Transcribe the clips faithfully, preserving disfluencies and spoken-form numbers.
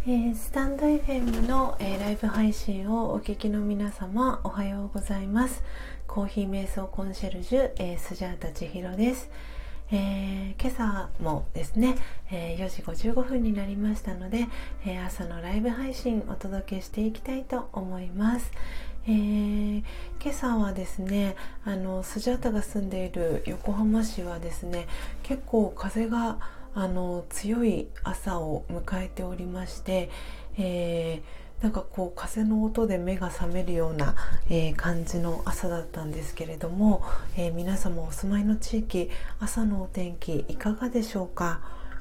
えー、スタンド エフエム の、えー、ライブ配信をお聞きの皆様、おはようございます。コーヒー瞑想コンシェルジュ、えー、スジャータ千尋です。えー、今朝もですね、えー、よじごじゅうごふんになりましたので、えー、朝のライブ配信お届けしていきたいと思います。えー、今朝はですね、あのスジャータが住んでいる横浜市はですね、結構風があの強い朝を迎えておりまして、えー、なんかこう風の音で目が覚めるような、えー、感じの朝だったんですけれども、えー、皆様お住まいの地域、朝のお天気いかがでしょうか。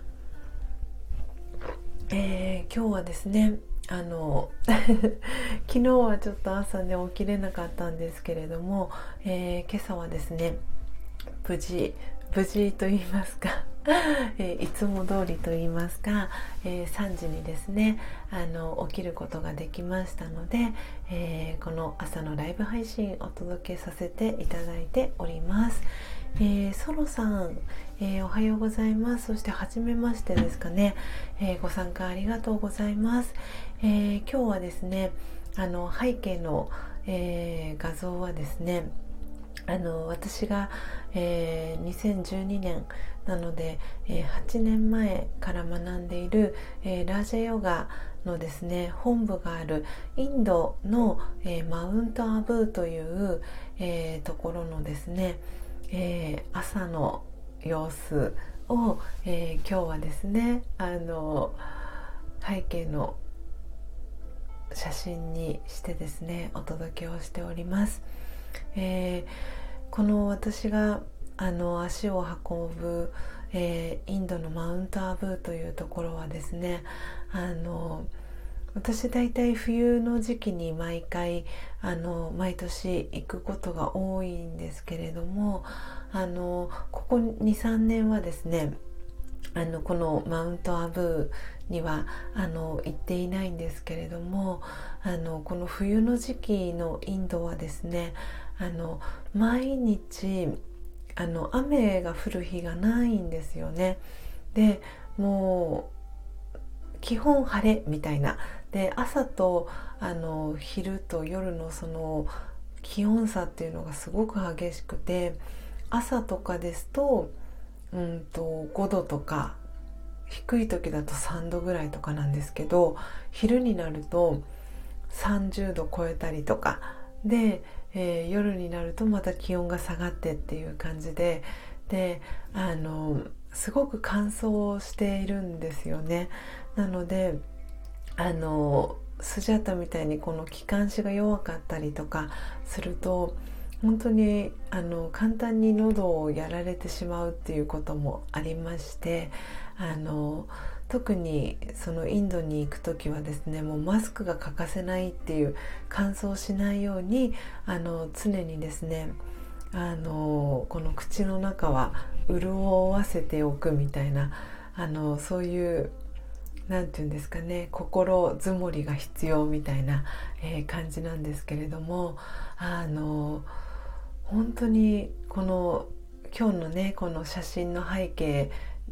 えー、今日はですね、あの昨日はちょっと朝ね起きれなかったんですけれども、えー、今朝はですね無事無事と言いますかえー、いつも通りと言いますか、えー、さんじにですねあの起きることができましたので、えー、この朝のライブ配信お届けさせていただいております。えー、ソロさん、えー、おはようございます。そして初めましてですかね、えー、ご参加ありがとうございます。えー、今日はですねあの背景の、えー、画像はですねあの私が、えー、にせんじゅうにねんなので、えー、はちねんまえから学んでいる、えー、ラージャヨガのですね本部があるインドの、えー、マウントアブーという、えー、ところのですね、えー、朝の様子を、えー、今日はですねあの背景の写真にしてですねお届けをしております。えー、この私があの足を運ぶ、えー、インドのマウントアブーというところはですねあの私だいたい冬の時期に毎回あの毎年行くことが多いんですけれども、あのここ にさんねんはですねあのこのマウントアブーにはあの行っていないんですけれども、あのこの冬の時期のインドはですねあの毎日あの雨が降る日がないんですよね。でもう基本晴れみたいなで、朝とあの昼と夜のその気温差っていうのがすごく激しくて、朝とかですとうんとごどとか、低い時だとさんどぐらいとかなんですけど、昼になるとさんじゅうど超えたりとかで、えー、夜になるとまた気温が下がってっていう感じで、であのすごく乾燥しているんですよね。なのであのスジャータみたいにこの気管支が弱かったりとかすると本当にあの簡単に喉をやられてしまうっていうこともありまして、あの特にそのインドに行くときはですねもうマスクが欠かせないっていう、乾燥しないようにあの常にですねあのこの口の中は潤わせておくみたいな、あのそういうなんていうんですかね、心づもりが必要みたいな、えー、感じなんですけれども、あの本当にこの今日のねこの写真の背景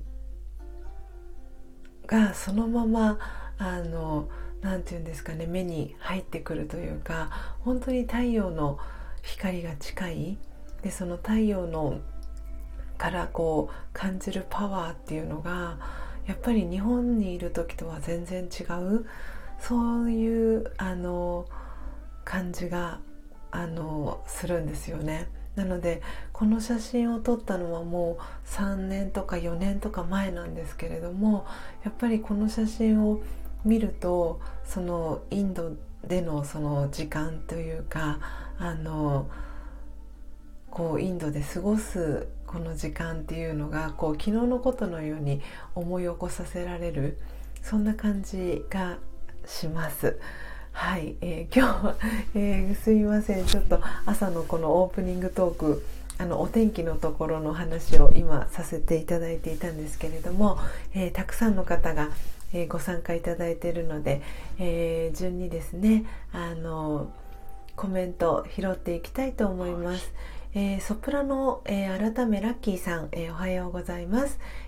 がそのままあのなんていうんですかね目に入ってくるというか、本当に太陽の光が近いで、その太陽のからこう感じるパワーっていうのがやっぱり日本にいる時とは全然違う、そういうあの感じがあのするんですよね。なのでこの写真を撮ったのはもうさんねんとかよねんとか前なんですけれども、やっぱりこの写真を見るとそのインドでのその時間というか、あのこうインドで過ごすこの時間っていうのがこう昨日のことのように思い起こさせられる、そんな感じがします。はい、えー、今日は、えー、すみません、ちょっと朝のこのオープニングトーク、あのお天気のところの話を今させていただいていたんですけれども、えー、たくさんの方が、えー、ご参加いただいているので、えー、順にですねあのコメント拾っていきたいと思います。えー、ソプラノ、えー、改めラッキーさん、えー、おはようございます。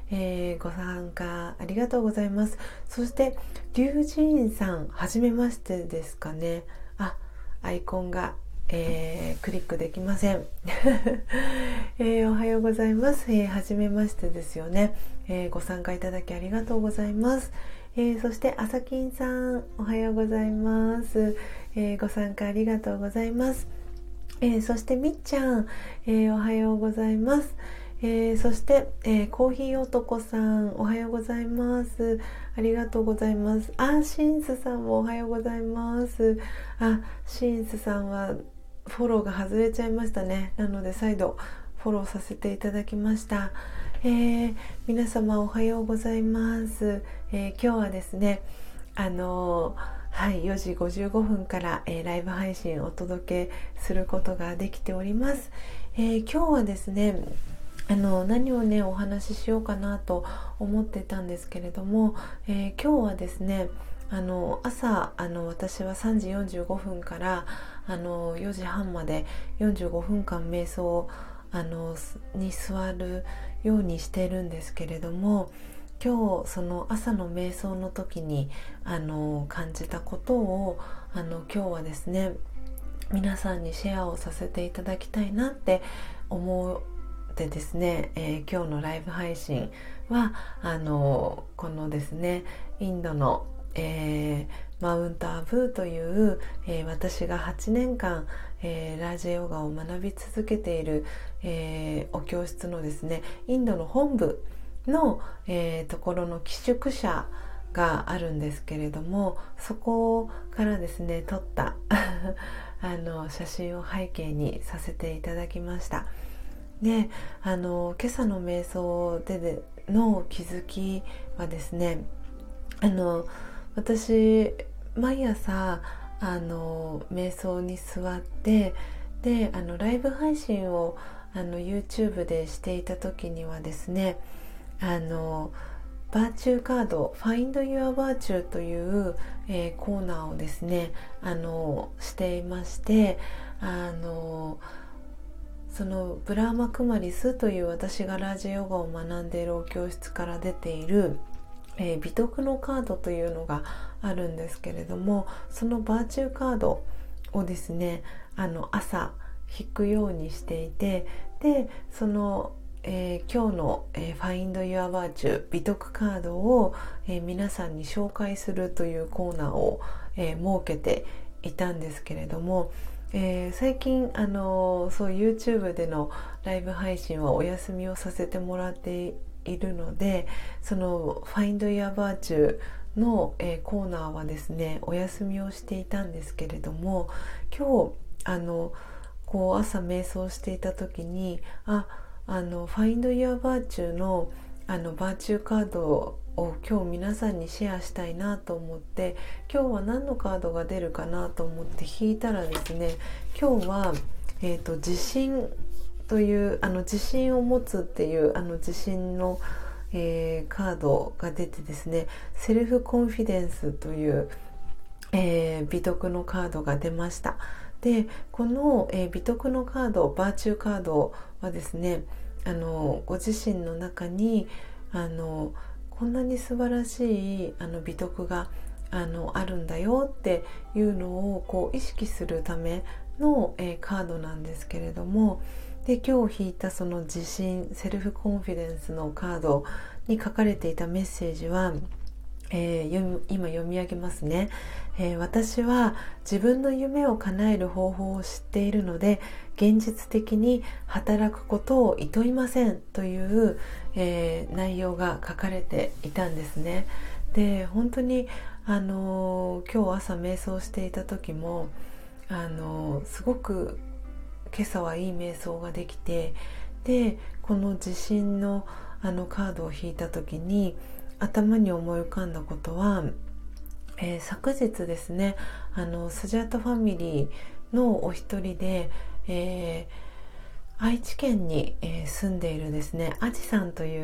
えー、ご参加ありがとうございます。そして龍神院さん、はじめましてですかね。あ、アイコンが、えー、クリックできません、えー、おはようございます、えー、はじめましてですよね、えー、ご参加いただきありがとうございます。えー、そしてあさきんさん、おはようございます、えー、ご参加ありがとうございます。えー、そしてみっちゃん、えー、おはようございます。えー、そして、えー、コーヒー男さん、おはようございます。ありがとうございます。あ、シンスさんもおはようございます。あ、シンスさんはフォローが外れちゃいましたね。なので再度フォローさせていただきました。えー、皆様おはようございます。えー、今日はですね、あのーはい、よじごじゅうごふんから、えー、ライブ配信をお届けすることができております。えー、今日はですね、あの何をねお話ししようかなと思ってたんですけれども、えー、今日はですね、あの朝あの私はさんじよんじゅうごふんからあのよじはんまでよんじゅうごふんかん瞑想あのに座るようにしてるんですけれども、今日その朝の瞑想の時にあの感じたことをあの今日はですね皆さんにシェアをさせていただきたいなって思ってですね、えー、今日のライブ配信はあのこのですねインドの、えー、マウントアブーという、えー、私がはちねんかん、えー、ラージヨガを学び続けている、えー、お教室のですねインドの本部の、えー、ところの寄宿舎があるんですけれども、そこからですね撮ったあの写真を背景にさせていただきました。で、あの今朝の瞑想での気づきはですね、あの私毎朝あの瞑想に座ってであのライブ配信をあの YouTube でしていた時にはですね、あのバーチューカード Find Your Virtue という、えー、コーナーをですねあのしていまして、あのそのブラーマクマリスという私がラージヨガを学んでいるお教室から出ている、えー、美徳のカードというのがあるんですけれども、そのバーチューカードをですねあの朝引くようにしていて、でそのえー、今日の、えー、Find Your Virtue 美徳カードを、えー、皆さんに紹介するというコーナーを、えー、設けていたんですけれども、えー、最近、あのー、そう YouTube でのライブ配信はお休みをさせてもらっているので、その Find Your Virtue の、えー、コーナーはですねお休みをしていたんですけれども、今日あのこう朝瞑想していた時にああの Find Your Virtue のあのバーチューカードを今日皆さんにシェアしたいなと思って、今日は何のカードが出るかなと思って引いたらですね、今日は、えーと、自信というあの自信を持つっていうあの自信の、えー、カードが出てですね、セルフコンフィデンスという、えー、美徳のカードが出ました。でこの、えー、美徳のカードバーチューカードはですね、あのご自身の中にあのこんなに素晴らしいあの美徳があのあるんだよっていうのをこう意識するための、えー、カードなんですけれども、で今日引いたその自信セルフコンフィデンスのカードに書かれていたメッセージは、えー、今読み上げますね。えー、私は自分の夢を叶える方法を知っているので現実的に働くことを厭いませんという、えー、内容が書かれていたんですね。で本当に、あのー、今日朝瞑想していた時も、あのー、すごく今朝はいい瞑想ができて、でこの自信のあのカードを引いた時に頭に思い浮かんだことは、えー、昨日ですね、あのスジャータファミリーのお一人で、えー、愛知県に、えー、住んでいるですねアジさんという、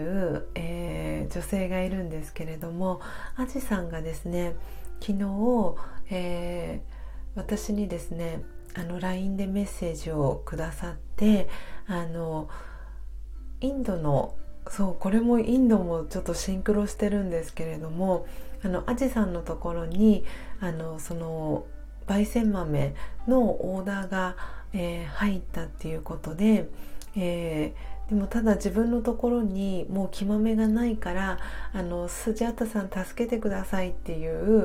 えー、女性がいるんですけれども、アジさんがですね昨日、えー、私にですねあの ライン でメッセージをくださって、あのインドのそうこれもインドもちょっとシンクロしてるんですけれども、あのアジさんのところにあのその焙煎豆のオーダーが、えー入ったっていうことで、えーでもただ自分のところにもう木豆がないからあのスジャータさん助けてくださいっていう、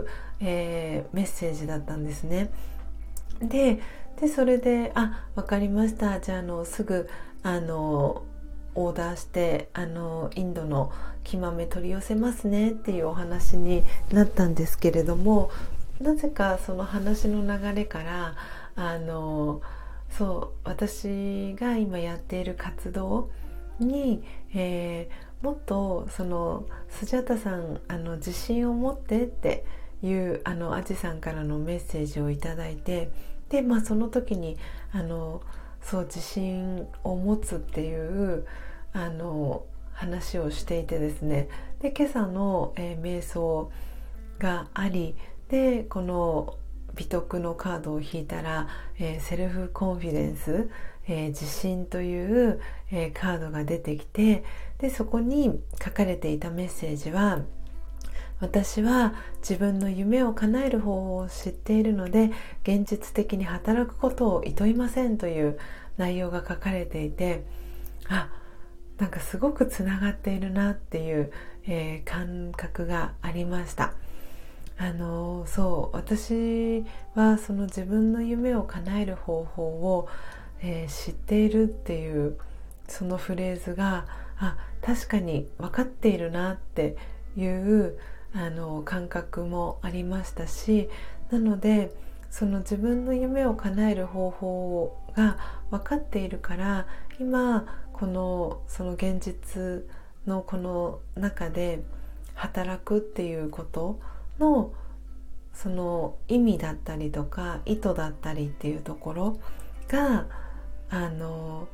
えーメッセージだったんですね。で、でそれであ分かりました、じゃあ、あのすぐあのオーダーしてあのインドの木豆取り寄せますねっていうお話になったんですけれども、なぜかその話の流れからあのそう私が今やっている活動に、えーもっとそのスジャタさんあの自信を持ってっていうあのアジさんからのメッセージをいただいて、で、まあ、その時にあのそう自信を持つっていうあの話をしていてですね、で今朝の、えー瞑想があり、でこの美徳のカードを引いたら、えーセルフコンフィデンス、えー自信という、えーカードが出てきて、でそこに書かれていたメッセージは、私は自分の夢を叶える方法を知っているので現実的に働くことをいといませんという内容が書かれていて、あ、なんかすごくつながっているなっていう、えー感覚がありました。あのそう私はその自分の夢を叶える方法を、えー知っているっていうそのフレーズが、あ、確かに分かっているなっていうあの感覚もありましたし、なのでその自分の夢を叶える方法が分かっているから、今このその現実のこの中で働くっていうことのその意味だったりとか意図だったりっていうところがあの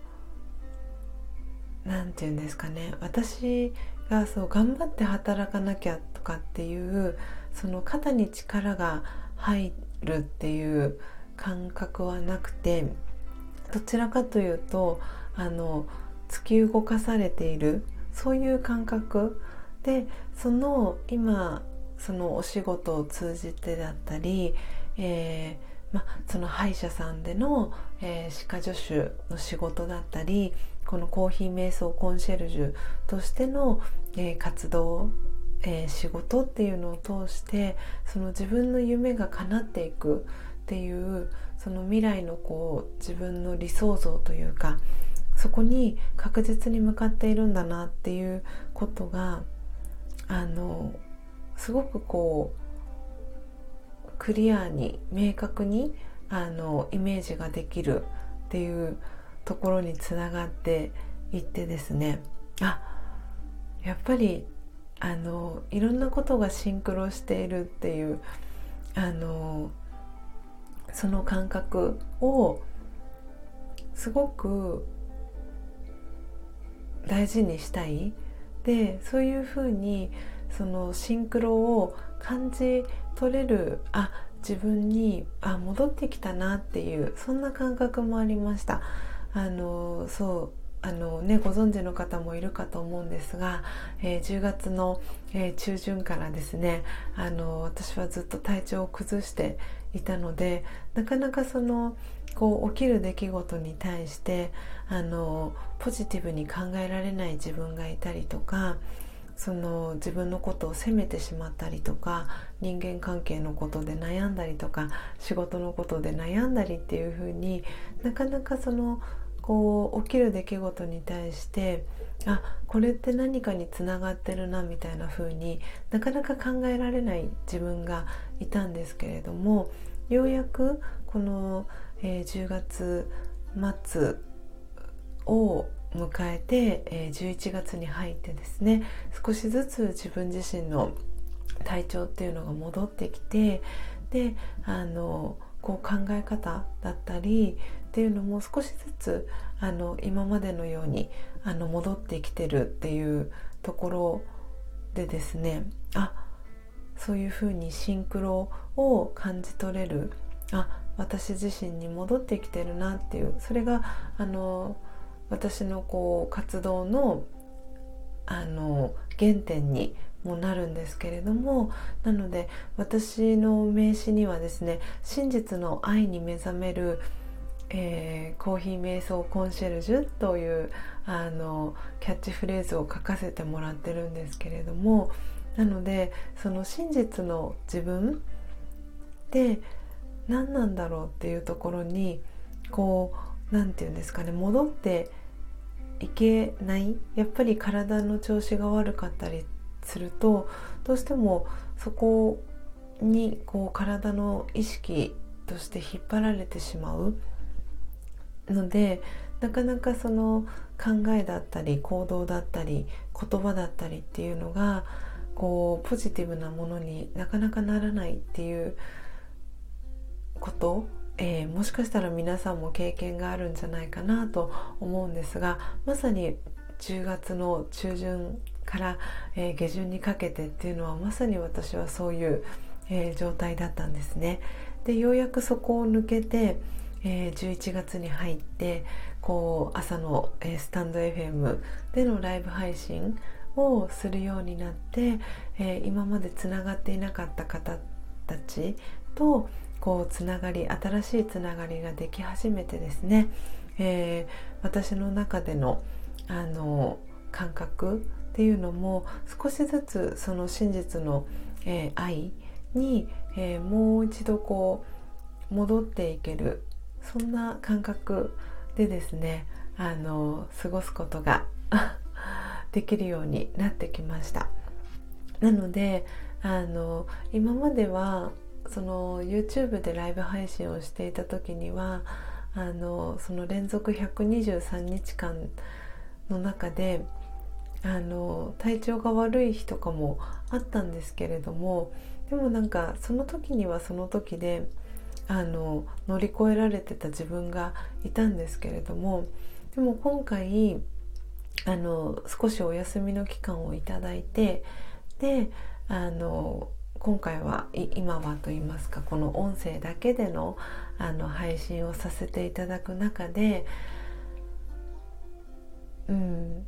なんていうんですかね、私がそう頑張って働かなきゃとかっていうその肩に力が入るっていう感覚はなくて、どちらかというとあの突き動かされているそういう感覚で、その今そのお仕事を通じてだったり、えーま、その歯医者さんでの、えー歯科助手の仕事だったり、このコーヒー瞑想コンシェルジュとしての、えー活動、えー仕事っていうのを通してその自分の夢が叶っていくっていうその未来のこう自分の理想像というか、そこに確実に向かっているんだなっていうことがあのすごくこうクリアに明確にあのイメージができるっていうところにつながっていってですね、あ、やっぱりあのいろんなことがシンクロしているっていうあのその感覚をすごく大事にしたい。で、そういうふうにそのシンクロを感じ取れる、あ、自分にあ戻ってきたなっていうそんな感覚もありました。あのそうあのね、ご存知の方もいるかと思うんですが、えーじゅうがつの、えー中旬からですね、あの私はずっと体調を崩していたので、なかなかそのこう起きる出来事に対してあのポジティブに考えられない自分がいたりとか、その自分のことを責めてしまったりとか、人間関係のことで悩んだりとか、仕事のことで悩んだりっていう風になかなかそのこう起きる出来事に対してあこれって何かにつながってるなみたいな風になかなか考えられない自分がいたんですけれども、ようやくこの、えーじゅうがつ末を迎えて、えーじゅういちがつに入ってですね、少しずつ自分自身の体調っていうのが戻ってきて、であのこう考え方だったりっていうのも少しずつあの今までのようにあの戻ってきてるっていうところでですね、あそういうふうにシンクロを感じ取れる、あ私自身に戻ってきてるなっていう、それがあの私のこう活動のあの原点にもなるんですけれども、なので私の名刺にはですね、真実の愛に目覚める、えー、コーヒー瞑想コンシェルジュというあのキャッチフレーズを書かせてもらってるんですけれども、なのでその真実の自分って何なんだろうっていうところにこうなんていうんですかね、戻っていけない。やっぱり体の調子が悪かったりすると、どうしてもそこにこう体の意識として引っ張られてしまうので、なかなかその考えだったり行動だったり言葉だったりっていうのがこうポジティブなものになかなかならないっていうこと、えー、もしかしたら皆さんも経験があるんじゃないかなと思うんですが、まさにじゅうがつの中旬から、えー、下旬にかけてっていうのはまさに私はそういう、えー、状態だったんですね。でようやくそこを抜けて、えー、じゅういちがつに入ってこう朝の、えー、スタンド エフエム でのライブ配信をするようになって、えー、今までつながっていなかった方たちとこうつながり新しいつながりができ始めてですね、えー、私の中での、あの感覚っていうのも少しずつその真実の、えー、愛に、えー、もう一度こう戻っていける、そんな感覚でですね、あの過ごすことができるようになってきました。なのであの今まではその YouTube でライブ配信をしていた時にはあのその連続ひゃくにじゅうさんにちかんの中であの体調が悪い日とかもあったんですけれども、でもなんかその時にはその時であの乗り越えられてた自分がいたんですけれども、でも今回あの少しお休みの期間をいただいて、であの今回は今はと言いますかこの音声だけでの、あの配信をさせていただく中で、うん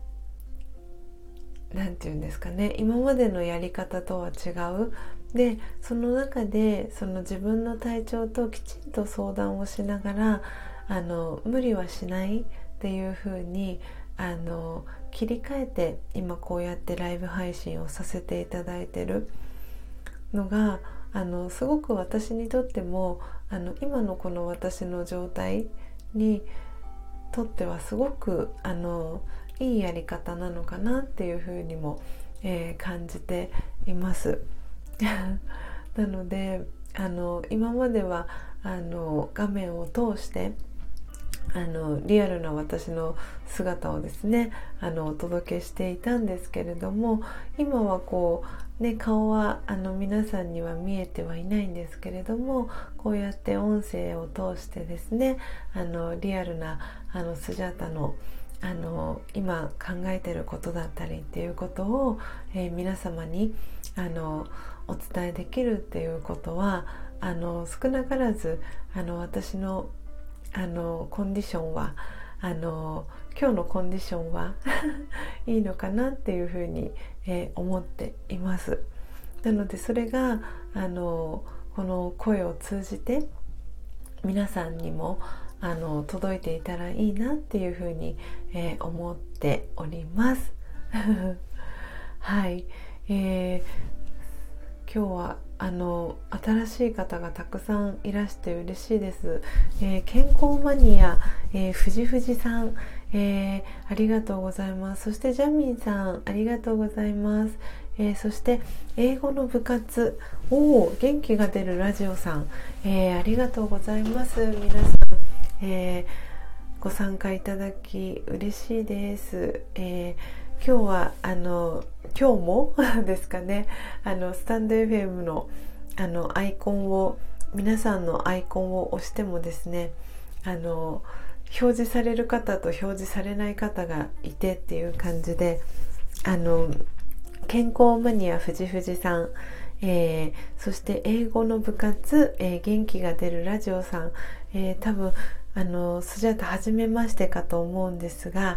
なんていうんですかね、今までのやり方とは違う。でその中でその自分の体調ときちんと相談をしながらあの無理はしないっていう風にあの切り替えて今こうやってライブ配信をさせていただいてるのがあのすごく私にとってもあの今のこの私の状態にとってはすごくあのいいやり方なのかなっていうふうにも、えー、感じていますなのであの今まではあの画面を通してあのリアルな私の姿をですねあのお届けしていたんですけれども、今はこうね顔はあの皆さんには見えてはいないんですけれども、こうやって音声を通してですねあのリアルなあのスジャータのあの今考えていることだったりっていうことを、えー、皆様にあのお伝えできるっていうことはあの少なからずあの私のあのコンディションはあの今日のコンディションはいいのかなっていうふうに、えー、思っています。なのでそれがあのこの声を通じて皆さんにもあの届いていたらいいなっていうふうに、えー、思っておりますはい、えー、今日はあの新しい方がたくさんいらして嬉しいです、えー、健康マニア、えー、藤藤さん、えー、ありがとうございます。そしてジャミンさんありがとうございます、えー、そして英語の部活おー元気が出るラジオさん、えー、ありがとうございます。皆さん、えー、ご参加いただき嬉しいです、えー今日はあの今日もですかねあのスタンド エフエム の, あのアイコンを皆さんのアイコンを押してもですねあの表示される方と表示されない方がいてっていう感じであの健康マニア藤藤さん、えー、そして英語の部活、えー、元気が出るラジオさん、えー、多分あのスジャータ初めましてかと思うんですが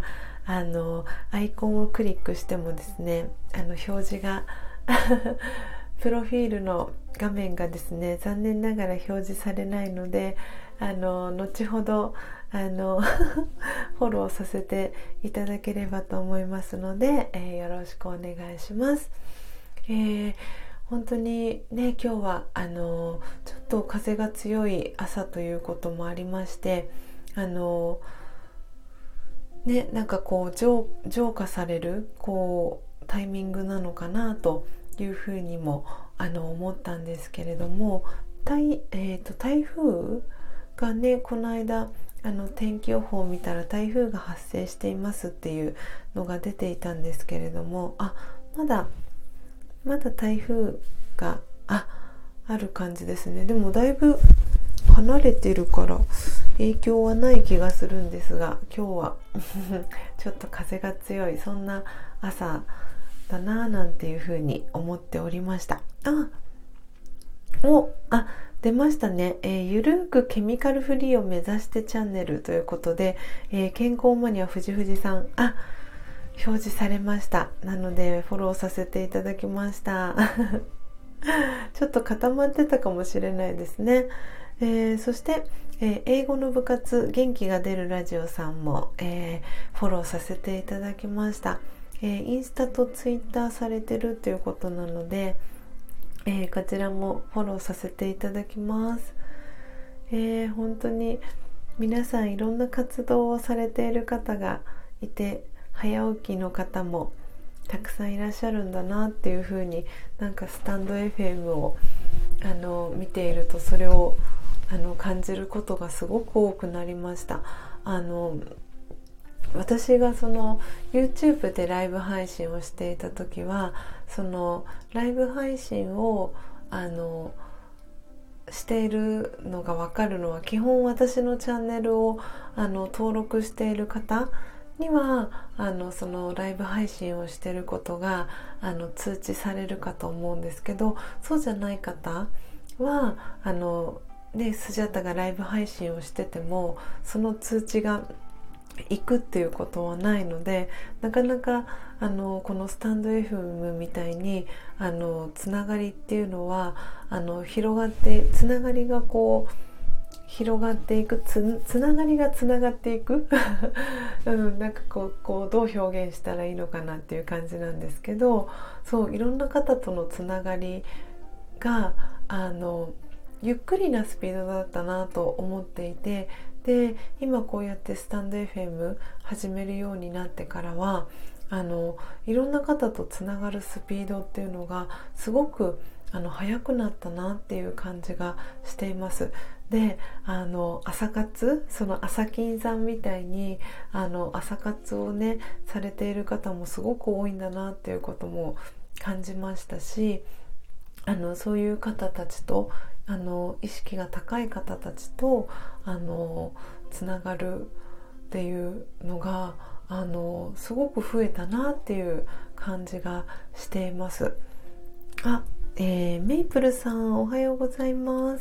あのアイコンをクリックしてもですね、あの表示がプロフィールの画面がですね、残念ながら表示されないので、あの後ほどあのフォローさせていただければと思いますので、えー、よろしくお願いします。えー、本当にね、今日はあのちょっと風が強い朝ということもありまして、あのね、なんかこう 浄, 浄化されるこうタイミングなのかなというふうにもあの思ったんですけれども、台、えーと、台風がね、この間あの天気予報を見たら台風が発生していますっていうのが出ていたんですけれども、あ、まだまだ台風が あ, ある感じですね。でもだいぶ離れてるから影響はない気がするんですが、今日はちょっと風が強い、そんな朝だなぁなんていうふうに思っておりました。あおあ出ましたね、えー、ゆるくケミカルフリーを目指してチャンネルということで、えー、健康マニア藤藤さん、あ表示されました。なのでフォローさせていただきましたちょっと固まってたかもしれないですね。えー、そして、えー、英語の部活元気が出るラジオさんも、えー、フォローさせていただきました。えー、インスタとツイッターされてるということなので、えー、こちらもフォローさせていただきます。えー、本当に皆さんいろんな活動をされている方がいて、早起きの方もたくさんいらっしゃるんだなっていうふうに、なんかスタンド エフエム をあの見ているとそれをあの感じることがすごく多くなりました。あの私がその YouTube でライブ配信をしていた時は、そのライブ配信をあのしているのが分かるのは、基本私のチャンネルをあの登録している方にはあのそのライブ配信をしていることがあの通知されるかと思うんですけど、そうじゃない方はあの、ね、スジャタがライブ配信をしててもその通知が行くっていうことはないので、なかなかあのこのスタンド エフエム みたいにあのつながりっていうのはあの広がってつながりがこう広がっていく つ, つながりがつながっていく、うん、なんかこう、こうどう表現したらいいのかなっていう感じなんですけど、そういろんな方とのつながりがあのゆっくりなスピードだったなと思っていて、で今こうやってスタンド エフエム 始めるようになってからはあのいろんな方とつながるスピードっていうのがすごくあの速くなったなっていう感じがしています。であの朝活、その朝金さんみたいにあの朝活をねされている方もすごく多いんだなっていうことも感じましたし、あのそういう方たちとあの意識が高い方たちとあのつながるっていうのがあのすごく増えたなっていう感じがしています。あ、えー、メイプルさんおはようございます。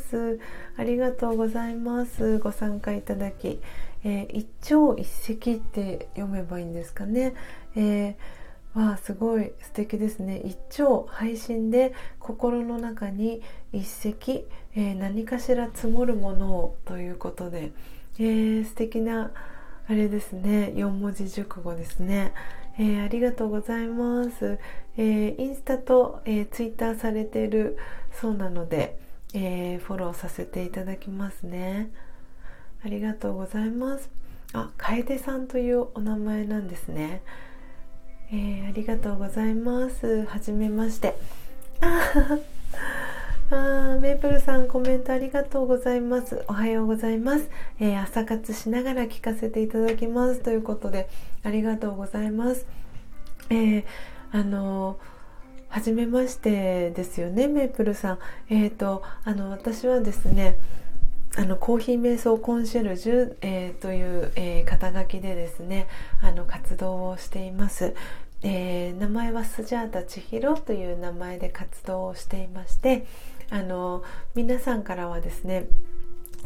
ありがとうございます。ご参加いただき、えー、一朝一夕って読めばいいんですかね。えーわあ、すごい素敵ですね。一朝配信で心の中に一石、えー、何かしら積もるものをということで、えー、素敵なあれですね、よん文字熟語ですね。えー、ありがとうございます。えー、インスタと、えー、ツイッターされているそうなので、えー、フォローさせていただきますね。ありがとうございます。あ、楓さんというお名前なんですね。えー、ありがとうございます。はじめまして。ああ、メイプルさんコメントありがとうございます。おはようございます。えー、朝活しながら聞かせていただきますということでありがとうございます。えー、あのはじめましてですよね、メイプルさん。えーとあの私はですね、あのコーヒー瞑想コンシェルジュ、えー、という、えー、肩書きでですね、あの活動をしています。えー、名前はスジャータ千尋という名前で活動をしていまして、あの皆さんからはですね、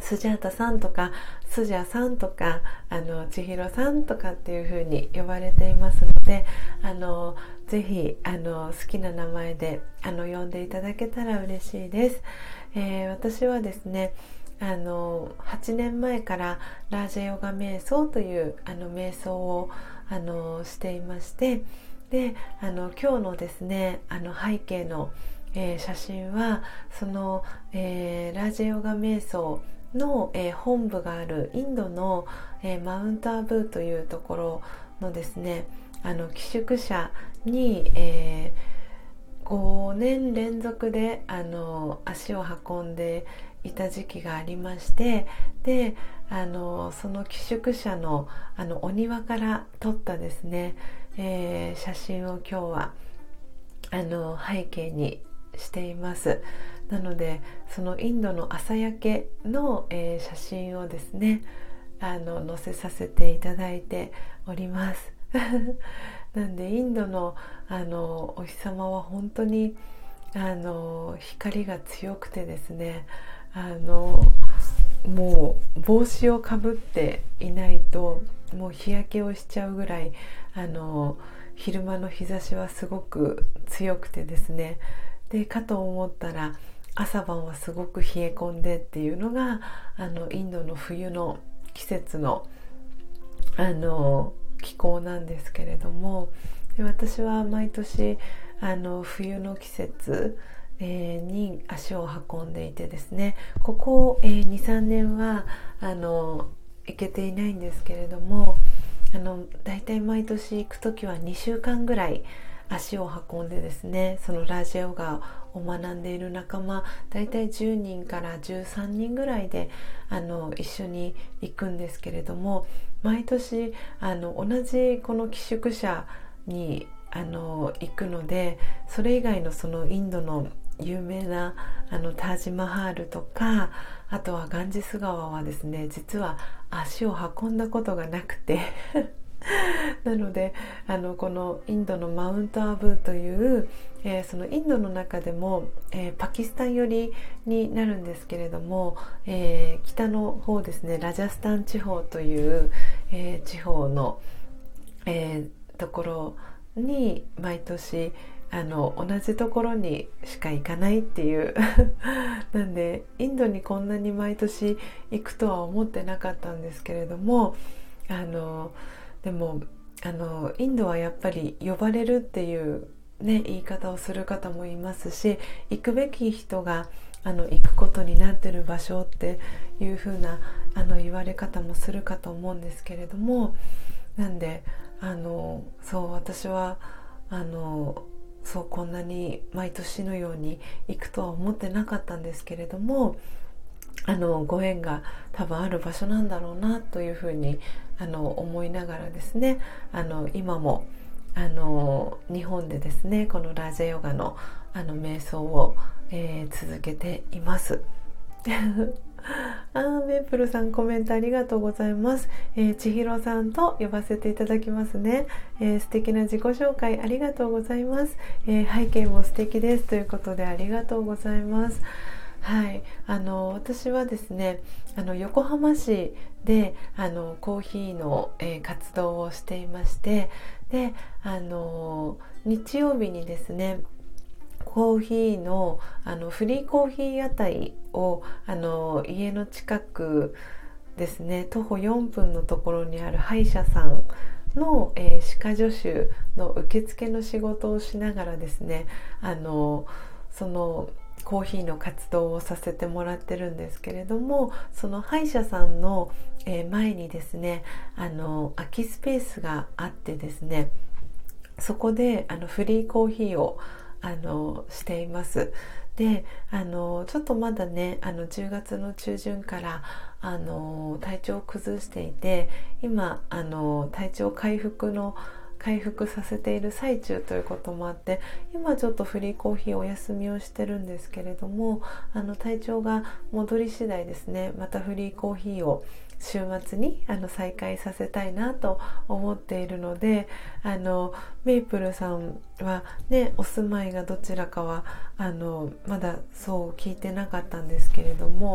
スジャータさんとかスジャさんとかあの千尋さんとかっていう風に呼ばれていますので、あのぜひあの好きな名前であの呼んでいただけたら嬉しいです。えー、私はですねあのはちねんまえからラージャヨガ瞑想というあの瞑想をあのしていまして、であの今日のですねあの背景の、えー、写真はその、えー、ラージャヨガ瞑想の、えー、本部があるインドの、えー、マウントアブーというところのですねあの寄宿舎に、えー、ごねん連続であの足を運んでいた時期がありまして、であのその寄宿舎の、あのお庭から撮ったですね、えー、写真を今日はあの背景にしています。なのでそのインドの朝焼けの、えー、写真をですねあの載せさせていただいておりますなんでインドの、あのお日様は本当にあの光が強くてですね、あのもう帽子をかぶっていないともう日焼けをしちゃうぐらい、あの昼間の日差しはすごく強くてですね、でかと思ったら朝晩はすごく冷え込んでっていうのがあのインドの冬の季節のあの気候なんですけれども、で私は毎年あの冬の季節、えー、に足を運んでいてですね、ここ、えー、にさんねんはあの行けていないんですけれども、あのだいたい毎年行くときはにしゅうかんぐらい足を運んでですね、そのラージャヨガを学んでいる仲間だいたいじゅうにんからじゅうさんにんぐらいであの一緒に行くんですけれども、毎年あの同じこの寄宿舎にあの行くので、それ以外のそのインドの有名なあのタージマハールとか、あとはガンジス川はですね実は足を運んだことがなくてなのであのこのインドのマウントアブーという、えー、そのインドの中でも、えー、パキスタン寄りになるんですけれども、えー、北の方ですね、ラジャスタン地方という、えー、地方の、えー、ところに毎年あの同じところにしか行かないっていうなんでインドにこんなに毎年行くとは思ってなかったんですけれども、あのでもあのインドはやっぱり呼ばれるっていう、ね、言い方をする方もいますし、行くべき人があの行くことになってる場所っていう風なあの言われ方もするかと思うんですけれども、なんであのそう私はあのそうこんなに毎年のように行くとは思ってなかったんですけれども、あのご縁が多分ある場所なんだろうなというふうにあの思いながらですね、あの今もあの日本でですねこのラージャヨガのあの瞑想を、えー、続けていますあーメープルさんコメントありがとうございます。えー、千尋さんと呼ばせていただきますね。えー、素敵な自己紹介ありがとうございます。えー、背景も素敵ですということでありがとうございます。はい、あの私はですねあの横浜市であのコーヒーの、えー、活動をしていまして、であの日曜日にですねコーヒーの、あのフリーコーヒー屋台をあの家の近くですね徒歩よんぷんのところにある歯医者さんの、えー、歯科助手の受付の仕事をしながらですねあのそのコーヒーの活動をさせてもらってるんですけれども、その歯医者さんの、えー、前にですねあの空きスペースがあってですね、そこであのフリーコーヒーをあのしています。であのちょっとまだねあのじゅうがつの中旬からあの体調を崩していて、今あの体調回復の回復させている最中ということもあって、今ちょっとフリーコーヒーお休みをしてるんですけれども、あの体調が戻り次第ですねまたフリーコーヒーを週末にあの再開させたいなと思っているので、あのメイプルさんはねお住まいがどちらかはあのまだそう聞いてなかったんですけれども、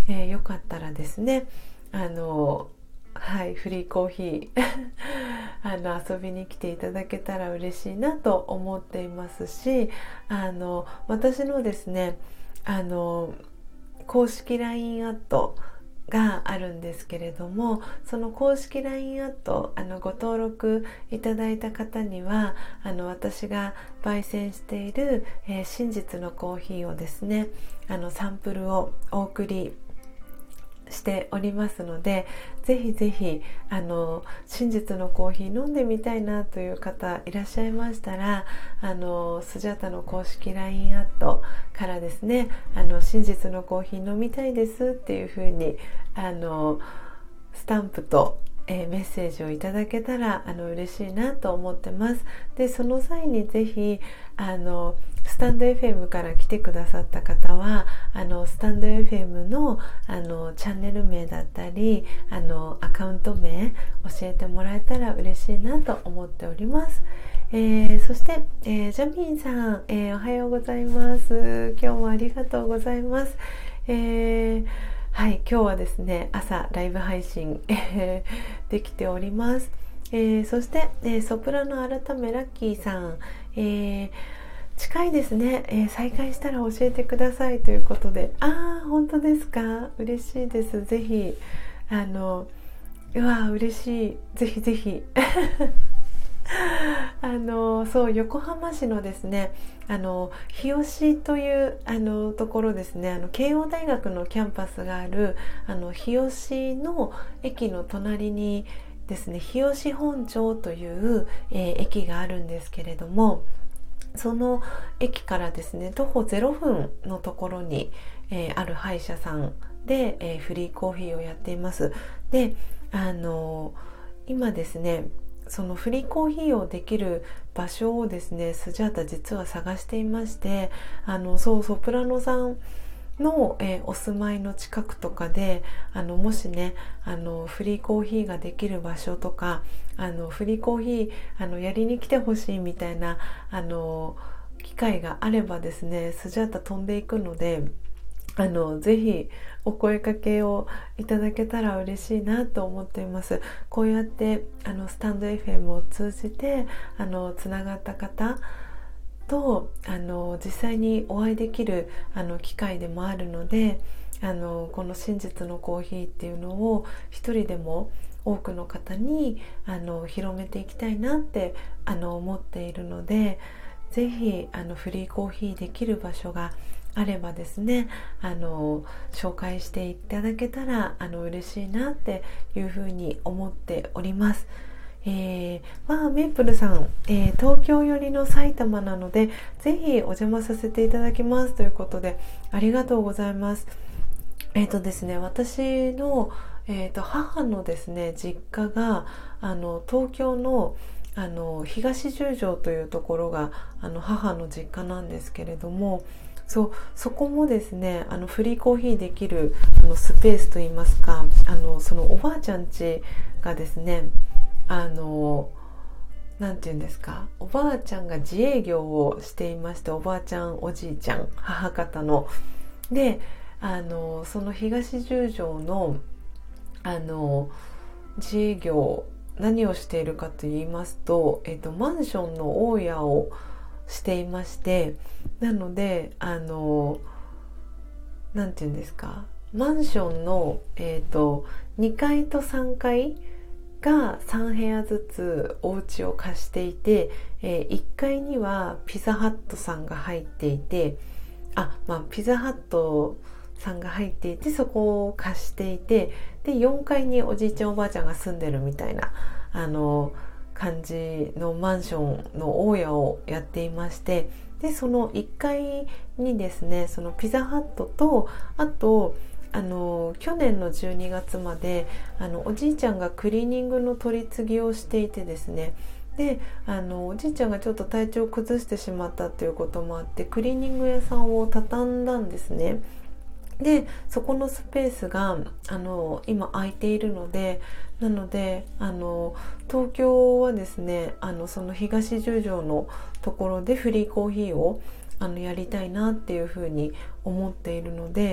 えー、よかったらですねあのはい、フリーコーヒーあの遊びに来ていただけたら嬉しいなと思っていますし、あの私のですねあの公式 ライン アットがあるんですけれども、その公式 ライン アットあのご登録いただいた方にはあの私が焙煎している、えー、真実のコーヒーをですねあのサンプルをお送りしておりますので、ぜひぜひあの真実のコーヒー飲んでみたいなという方いらっしゃいましたら、あのスジャタの公式 ライン アットからですねあの真実のコーヒー飲みたいですっていう風にあのスタンプとえー、メッセージをいただけたらあの嬉しいなと思ってます。でその際にぜひあのスタンド エフエム から来てくださった方はあのスタンド エフエム の, あのチャンネル名だったりあのアカウント名教えてもらえたら嬉しいなと思っております。えー、そして、えー、ジャミンさん、えー、おはようございます。今日もありがとうございます。えーはい、今日はですね朝ライブ配信、えー、できております。えー、そして、えー、ソプラノ改めラッキーさん、えー、近いですね、えー、再開したら教えてくださいということで、あー本当ですか、嬉しいです。ぜひあのうわ嬉しい、ぜひぜひあのそう横浜市のですねあの日吉というあのところですね、あの慶応大学のキャンパスがあるあの日吉の駅の隣にですね日吉本町という、えー、駅があるんですけれども、その駅からですね徒歩ゼロふんのところに、えー、ある歯医者さんで、えー、フリーコーヒーをやっています。であの今ですねそのフリーコーヒーをできる場所をですねスジャータ実は探していまして、あのそうソプラノさんの、えー、お住まいの近くとかであのもしねあのフリーコーヒーができる場所とかあのフリーコーヒーあのやりに来てほしいみたいなあの機会があればですねスジャータ飛んでいくので、あのぜひお声かけをいただけたら嬉しいなと思っています。こうやってあのスタンド エフエム を通じてあのつながった方とあの実際にお会いできるあの機会でもあるので、あのこの真実のコーヒーっていうのを一人でも多くの方にあの広めていきたいなってあの思っているので、ぜひあのフリーコーヒーできる場所があればですねあの紹介していただけたらあの嬉しいなっていうふうに思っております。えー、まあメープルさん、えー、東京寄りの埼玉なのでぜひお邪魔させていただきますということでありがとうございます。えっとですね私の、えー、と母のですね実家があの東京のあの東十条というところがあの母の実家なんですけれども、そうそこもですねあのフリーコーヒーできるあのスペースといいますか、あのそのおばあちゃん家がですねあのなんていうんですか、おばあちゃんが自営業をしていまして、おばあちゃんおじいちゃん母方のであのその東十条のあの自営業何をしているかと言いますと、えっと、マンションの大家をしていまして、なのであのなんて言うんですか、マンションの、えーと、にかいとさんがいがさんへやずつお家を貸していて、えー、いっかいにはピザハットさんが入っていて、あ、まあ、ピザハットさんが入っていてそこを貸していて、でよんかいにおじいちゃんおばあちゃんが住んでるみたいなあの感じのマンションの大家をやっていまして、でそのいっかいにですねそのピザハットとあとあの去年のじゅうにがつまであのおじいちゃんがクリーニングの取り次ぎをしていてですね、であのおじいちゃんがちょっと体調を崩してしまったということもあってクリーニング屋さんを畳んだんですね。でそこのスペースがあの今空いているので、なのであの東京はですねあのその東十条のところでフリーコーヒーをあのやりたいなっていうふうに思っているので、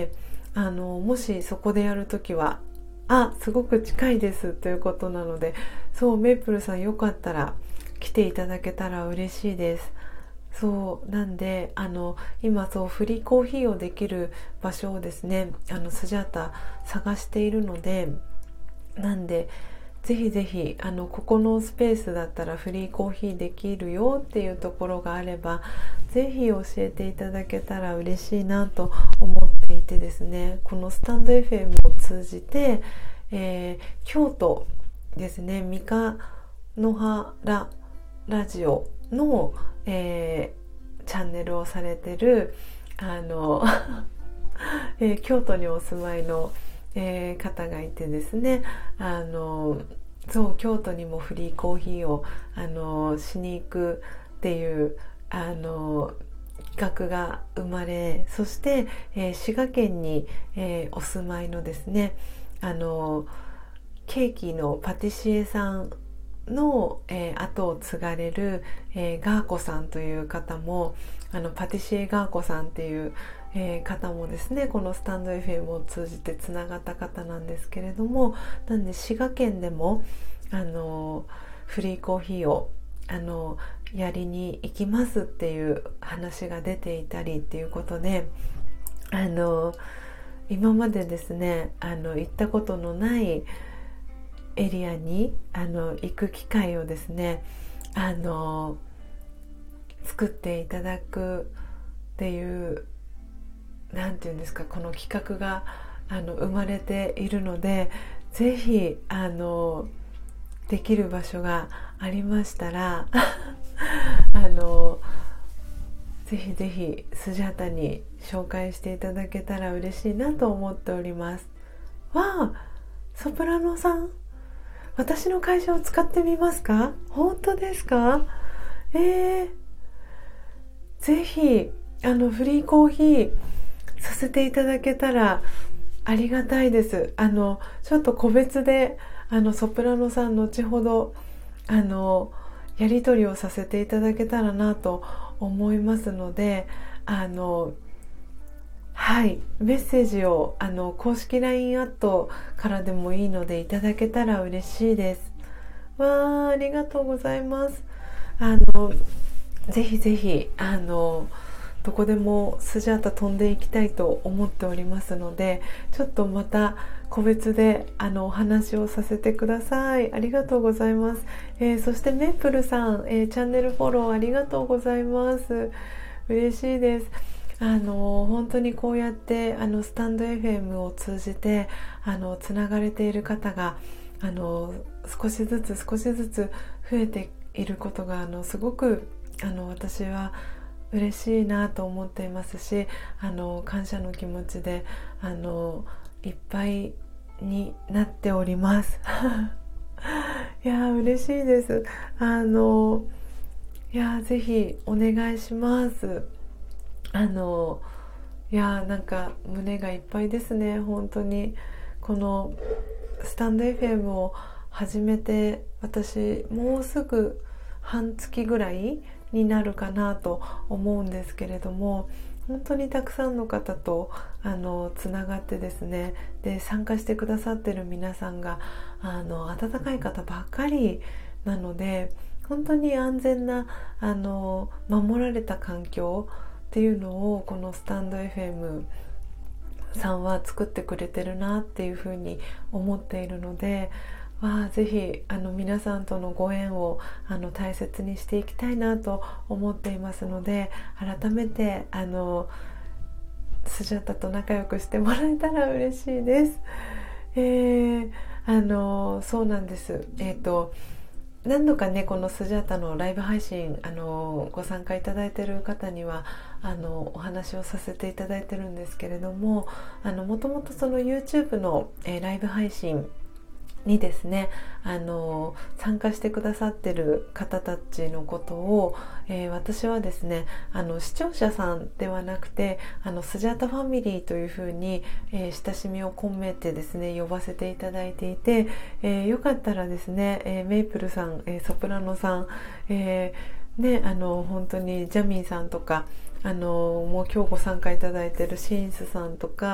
あのもしそこでやるときはあすごく近いですということなので、そうメープルさんよかったら来ていただけたら嬉しいです。そうなんであの今そうフリーコーヒーをできる場所をですね、あのスジャータ探しているので、なんでぜひぜひあのここのスペースだったらフリーコーヒーできるよっていうところがあれば、ぜひ教えていただけたら嬉しいなと思っていてですね、このスタンド エフエム を通じて、えー、京都ですね、三日野原ラジオの、えー、チャンネルをされてるあの、えー、京都にお住まいのえー、方がいてですね、あのそう京都にもフリーコーヒーをあのしに行くっていうあの企画が生まれ、そして、えー、滋賀県に、えー、お住まいのですね、あのケーキのパティシエさんの、えー、後を継がれる、えー、ガーコさんという方も、あのパティシエガーコさんっていうえー、方もですね、このスタンド エフエム を通じてつながった方なんですけれども、なんで滋賀県でもあのフリーコーヒーをあのやりに行きますっていう話が出ていたりっていうことで、あの今までですねあの行ったことのないエリアにあの行く機会をですねあの作っていただくっていうなんていうんですか、この企画があの生まれているので、ぜひあのできる場所がありましたらあのぜひぜひスジャータに紹介していただけたら嬉しいなと思っております。わあ、ソプラノさん、私の会社を使ってみますか？本当ですか？えー、ぜひあのフリーコーヒーさせていただけたらありがたいです。あのちょっと個別であのソプラノさん後ほどあのやり取りをさせていただけたらなと思いますので、あのはいメッセージをあの公式 ライン アットからでもいいのでいただけたら嬉しいです。わあ、ありがとうございます。あのぜひぜひあのどこでもスジャータ飛んでいきたいと思っておりますので、ちょっとまた個別であのお話をさせてください。ありがとうございます。えー、そしてメープルさん、えー、チャンネルフォローありがとうございます。嬉しいです。あの本当にこうやってあのスタンド エフエム を通じてあのつながれている方があの少しずつ少しずつ増えていることがあのすごくあの私は嬉しいなと思っていますし、あの感謝の気持ちであのいっぱいになっておりますいや嬉しいです。あのいやぜひお願いします。あのいやなんか胸がいっぱいですね。本当にこのスタンド エフエム を始めて私もうすぐ半月ぐらいになるかなと思うんですけれども、本当にたくさんの方とあのつながってですね、で参加してくださってる皆さんがあの温かい方ばっかりなので、本当に安全なあの守られた環境っていうのをこのスタンド エフエム さんは作ってくれてるなっていうふうに思っているので、わあぜひあの皆さんとのご縁をあの大切にしていきたいなと思っていますので、改めてあのスジャタと仲良くしてもらえたら嬉しいです。えー、あのそうなんです。えっと何度かねこのスジャタのライブ配信あのご参加いただいている方にはあのお話をさせていただいてるんですけれども、あのもともとその YouTube の、えー、ライブ配信にですねあの参加してくださってる方たちのことを、えー、私はですねあの視聴者さんではなくてあのスジャータファミリーというふうに、えー、親しみを込めてですね呼ばせていただいていて、えー、よかったらですね、えー、メイプルさん、えー、ソプラノさん、えーね、あの本当にジャミーさんとかあのもう今日ご参加いただいているシーンスさんとか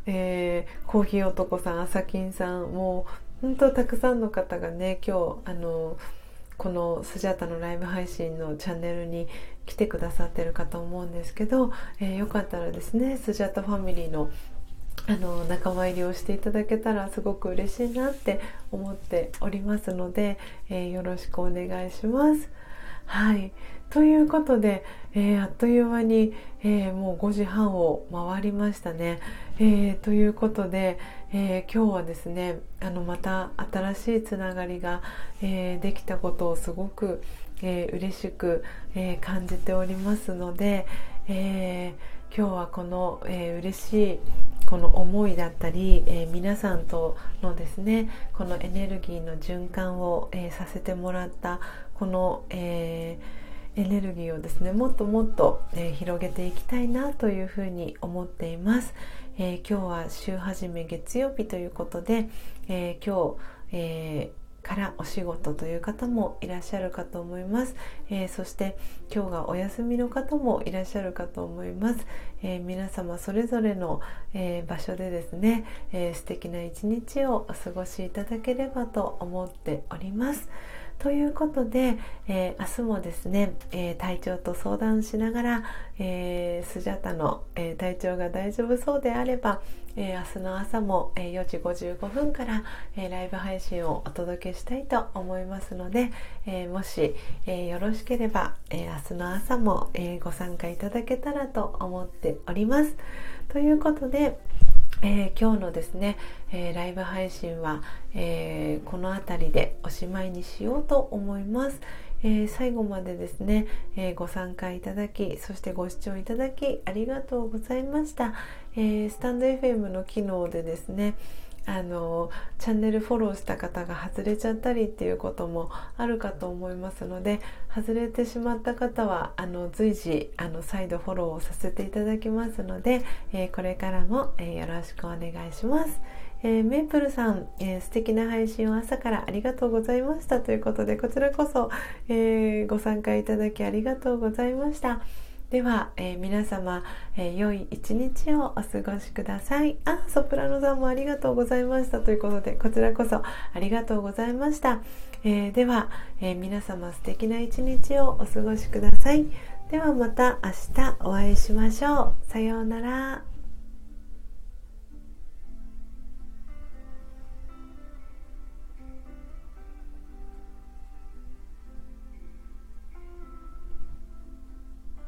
えー、コーヒー男さん、あさきんさん、もう本当たくさんの方がね、今日あのこのスジャータのライブ配信のチャンネルに来てくださってるかと思うんですけど、えー、よかったらですね、スジャータファミリーのあの仲間入りをしていただけたらすごく嬉しいなって思っておりますので、えー、よろしくお願いします。はい、ということで、えー、あっという間に、えー、もうごじはんを回りましたね。えー、ということで、えー、今日はですね、あのまた新しいつながりが、えー、できたことをすごく、えー、嬉しく、えー、感じておりますので、えー、今日はこの、えー、嬉しいこの思いだったり、えー、皆さんとのですね、このエネルギーの循環を、えー、させてもらったこの、えー、エネルギーをですね、もっともっと、えー、広げていきたいなというふうに思っています。えー、今日は週始め月曜日ということで、えー、今日、えーからお仕事という方もいらっしゃるかと思います。えー、そして今日がお休みの方もいらっしゃるかと思います。えー、皆様それぞれの、えー、場所でですね、えー、素敵な一日をお過ごしいただければと思っております。ということで、えー、明日もですね、えー、体調と相談しながら、えー、スジャタの、えー、体調が大丈夫そうであれば、えー、明日の朝も、えー、よじごじゅうごふんから、えー、ライブ配信をお届けしたいと思いますので、えー、もし、えー、よろしければ、えー、明日の朝も、えー、ご参加いただけたらと思っております。ということで、えー、今日のですね、えー、ライブ配信は、えー、この辺りでおしまいにしようと思います。えー、最後までですね、えー、ご参加いただき、そしてご視聴いただきありがとうございました。えー、スタンド エフエム の機能でですね、あのチャンネルフォローした方が外れちゃったりっていうこともあるかと思いますので、外れてしまった方はあの随時あの再度フォローをさせていただきますので、えー、これからも、えー、よろしくお願いします。えー、メープルさん、えー、素敵な配信を朝からありがとうございましたということで、こちらこそ、えー、ご参加いただきありがとうございました。では、えー、皆様、えー、良い一日をお過ごしください。あ、ソプラノさんもありがとうございましたということで、こちらこそありがとうございました。えー、では、えー、皆様素敵な一日をお過ごしください。ではまた明日お会いしましょう。さようなら。